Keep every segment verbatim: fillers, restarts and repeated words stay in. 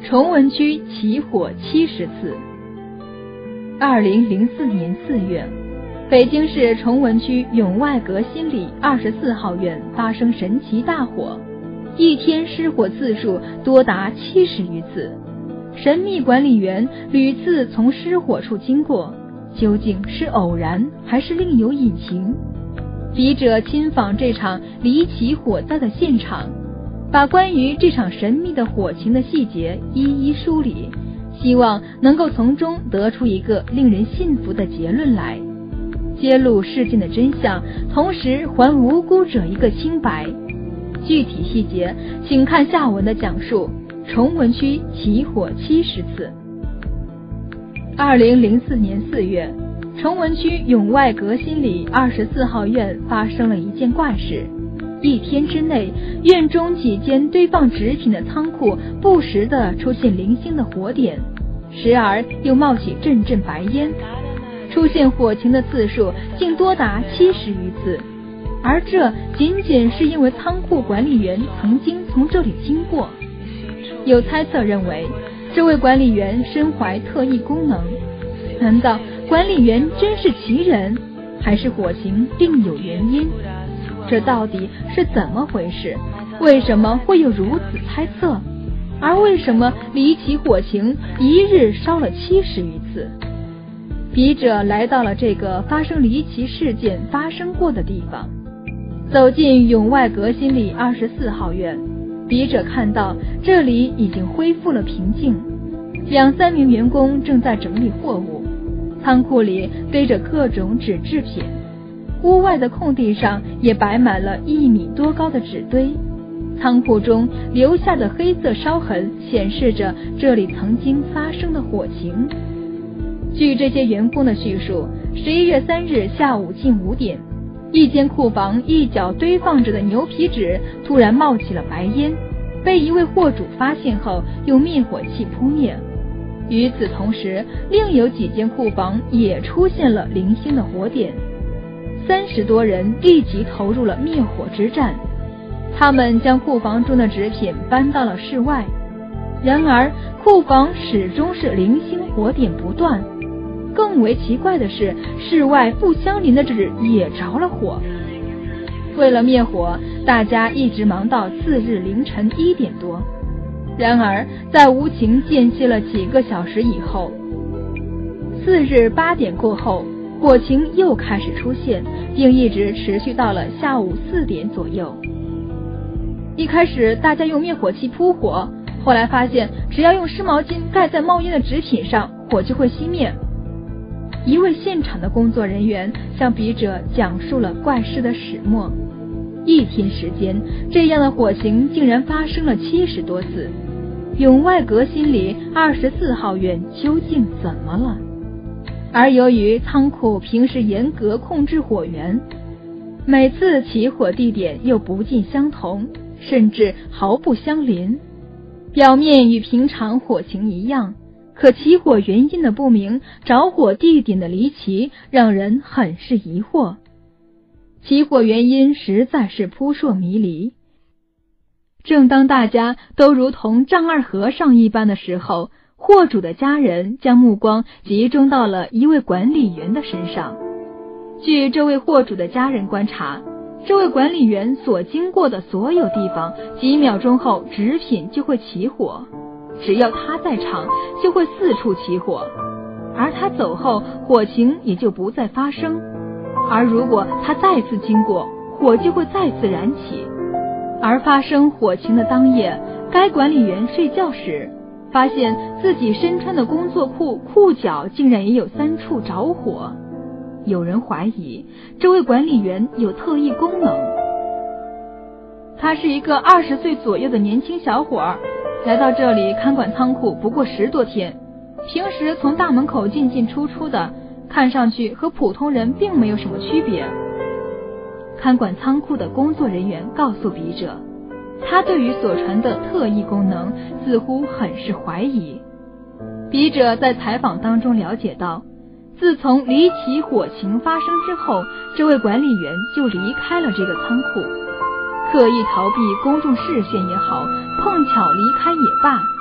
崇文区起火七十次。二零零四年四月，北京市崇文区永外革新里二十四号院发生神奇大火，一天失火次数多达七十余次。神秘管理员屡次从失火处经过，究竟是偶然还是另有隐情？笔者亲访这场离奇火灾的现场，把关于这场神秘的火情的细节一一梳理，希望能够从中得出一个令人信服的结论来，揭露事件的真相，同时还无辜者一个清白。具体细节请看下文的讲述。崇文区起火七十次。二零零四年四月，崇文区永外革新里二十四号院发生了一件怪事。一天之内，院中几间堆放纸品的仓库不时地出现零星的火点，时而又冒起阵阵白烟，出现火情的次数竟多达七十余次。而这仅仅是因为仓库管理员曾经从这里经过。有猜测认为，这位管理员身怀特异功能。难道管理员真是奇人，还是火情另有原因？这到底是怎么回事？为什么会有如此猜测？而为什么离奇火情一日烧了七十余次？笔者来到了这个发生离奇事件发生过的地方，走进永外革新里二十四号院。笔者看到这里已经恢复了平静，两三名员工正在整理货物，仓库里堆着各种纸制品，屋外的空地上也摆满了一米多高的纸堆，仓库中留下的黑色烧痕显示着这里曾经发生的火情。据这些员工的叙述，十一月三日下午近五点，一间库房一角堆放着的牛皮纸突然冒起了白烟，被一位货主发现后用灭火器扑灭。与此同时，另有几间库房也出现了零星的火点，三十多人立即投入了灭火之战。他们将库房中的纸品搬到了室外，然而库房始终是零星火点不断。更为奇怪的是，室外不相邻的纸也着了火。为了灭火，大家一直忙到次日凌晨一点多。然而在无情间歇了几个小时以后，次日八点过后，火情又开始出现，并一直持续到了下午四点左右。一开始大家用灭火器扑火，后来发现只要用湿毛巾盖在冒烟的纸品上，火就会熄灭。一位现场的工作人员向笔者讲述了怪事的始末。一天时间，这样的火情竟然发生了七十多次。永外革新里二十四号院究竟怎么了？而由于仓库平时严格控制火源，每次起火地点又不尽相同，甚至毫不相邻，表面与平常火情一样，可起火原因的不明，着火地点的离奇，让人很是疑惑。起火原因实在是扑朔迷离。正当大家都如同丈二和尚一般的时候，货主的家人将目光集中到了一位管理员的身上。据这位货主的家人观察，这位管理员所经过的所有地方，几秒钟后纸品就会起火，只要他在场，就会四处起火，而他走后，火情也就不再发生。而如果他再次经过，火就会再次燃起。而发生火情的当夜，该管理员睡觉时，发现自己身穿的工作裤裤脚竟然也有三处着火。有人怀疑这位管理员有特异功能。他是一个二十岁左右的年轻小伙儿，来到这里看管仓库不过十多天，平时从大门口进进出出的，看上去和普通人并没有什么区别。看管仓库的工作人员告诉笔者，他对于所传的特异功能似乎很是怀疑。笔者在采访当中了解到，自从离奇火情发生之后，这位管理员就离开了这个仓库，刻意逃避公众视线也好，碰巧离开也罢，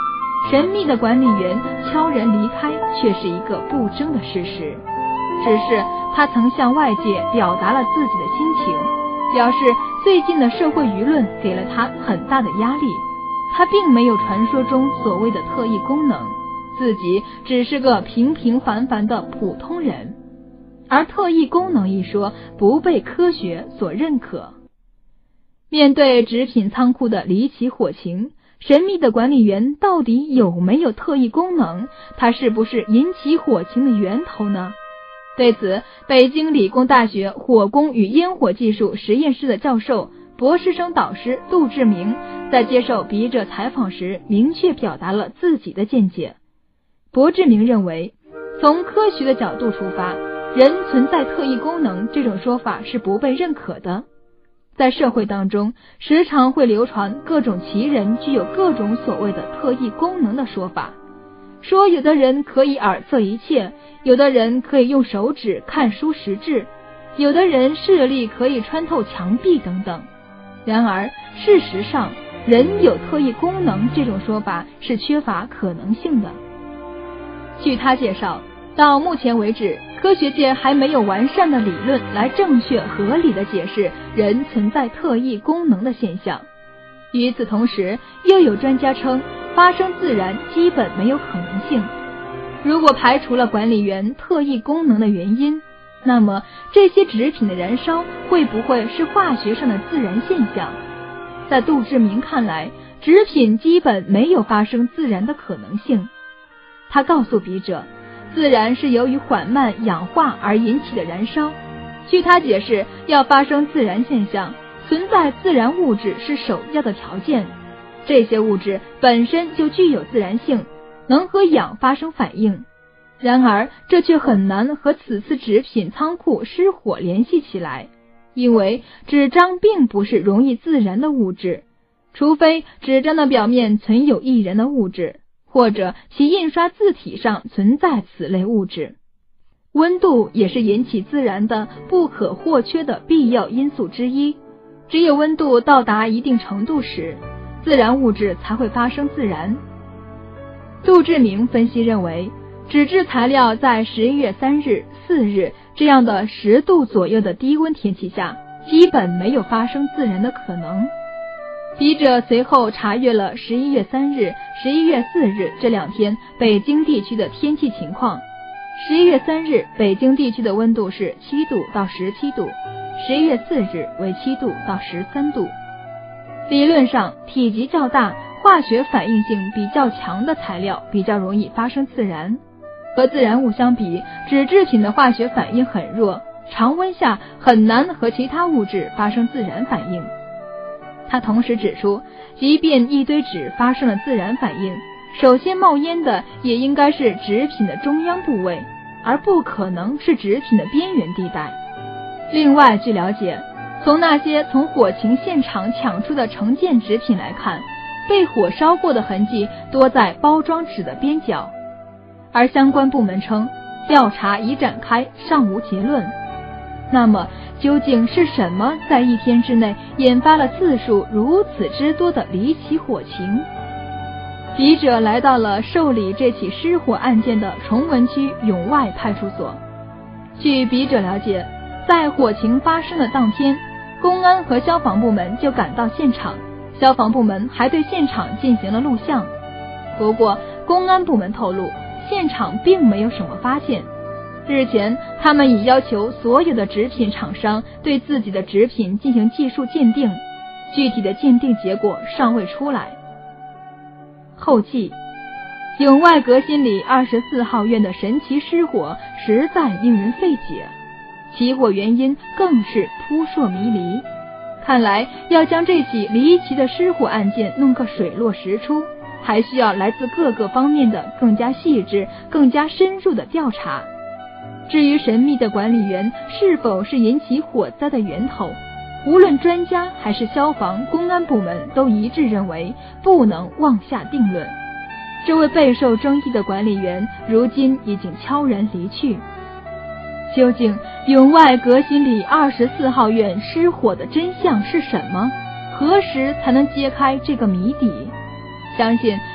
神秘的管理员悄然离开却是一个不争的事实。只是他曾向外界表达了自己的心情，表示最近的社会舆论给了他很大的压力，他并没有传说中所谓的特异功能，自己只是个平平凡凡的普通人。而特异功能一说不被科学所认可。面对纸品仓库的离奇火情，神秘的管理员到底有没有特异功能？他是不是引起火情的源头呢？对此，北京理工大学火工与烟火技术实验室的教授、博士生导师杜志明在接受笔者采访时明确表达了自己的见解。博志明认为，从科学的角度出发，人存在特异功能这种说法是不被认可的。在社会当中，时常会流传各种奇人具有各种所谓的特异功能的说法，说有的人可以耳测一切，有的人可以用手指看书识字，有的人视力可以穿透墙壁等等。然而事实上，人有特异功能这种说法是缺乏可能性的。据他介绍，到目前为止，科学界还没有完善的理论来正确合理的解释人存在特异功能的现象。与此同时，又有专家称发生自燃基本没有可能性。如果排除了管理员特异功能的原因，那么这些纸品的燃烧会不会是化学上的自燃现象？在杜志明看来，纸品基本没有发生自燃的可能性。他告诉笔者，自燃是由于缓慢氧化而引起的燃烧。据他解释，要发生自燃现象，存在自燃物质是首要的条件，这些物质本身就具有自燃性，能和氧发生反应。然而这却很难和此次纸品仓库失火联系起来，因为纸张并不是容易自燃的物质，除非纸张的表面存有易燃的物质，或者其印刷字体上存在此类物质。温度也是引起自燃的不可或缺的必要因素之一，只有温度到达一定程度时，自燃物质才会发生自燃。杜志明分析认为，纸质材料在十一月三日、四日这样的十度左右的低温天气下，基本没有发生自燃的可能。笔者随后查阅了十一月三日、十一月四日这两天北京地区的天气情况。十一月三日，北京地区的温度是七度到十七度，十一月四日为七度到十三度。理论上，体积较大、化学反应性比较强的材料比较容易发生自燃。和自燃物相比，纸制品的化学反应很弱，常温下很难和其他物质发生自燃反应。他同时指出，即便一堆纸发生了自燃反应，首先冒烟的也应该是纸品的中央部位，而不可能是纸品的边缘地带。另外，据了解，从那些从火情现场抢出的成件纸品来看，被火烧过的痕迹多在包装纸的边角，而相关部门称调查已展开，尚无结论。那么究竟是什么在一天之内引发了次数如此之多的离奇火情？笔者来到了受理这起失火案件的崇文区永外派出所。据笔者了解，在火情发生的当天，公安和消防部门就赶到现场，消防部门还对现场进行了录像。不过公安部门透露，现场并没有什么发现。日前，他们已要求所有的纸品厂商对自己的纸品进行技术鉴定，具体的鉴定结果尚未出来。后记：永外革新里二十四号院的神奇失火实在令人费解，起火原因更是扑朔迷离。看来要将这起离奇的失火案件弄个水落石出，还需要来自各个方面的更加细致、更加深入的调查。至于神秘的管理员是否是引起火灾的源头，无论专家还是消防、公安部门都一致认为不能妄下定论。这位备受争议的管理员如今已经悄然离去。究竟永外革新里二十四号院失火的真相是什么？何时才能揭开这个谜底？相信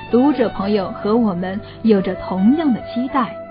读者朋友和我们有着同样的期待。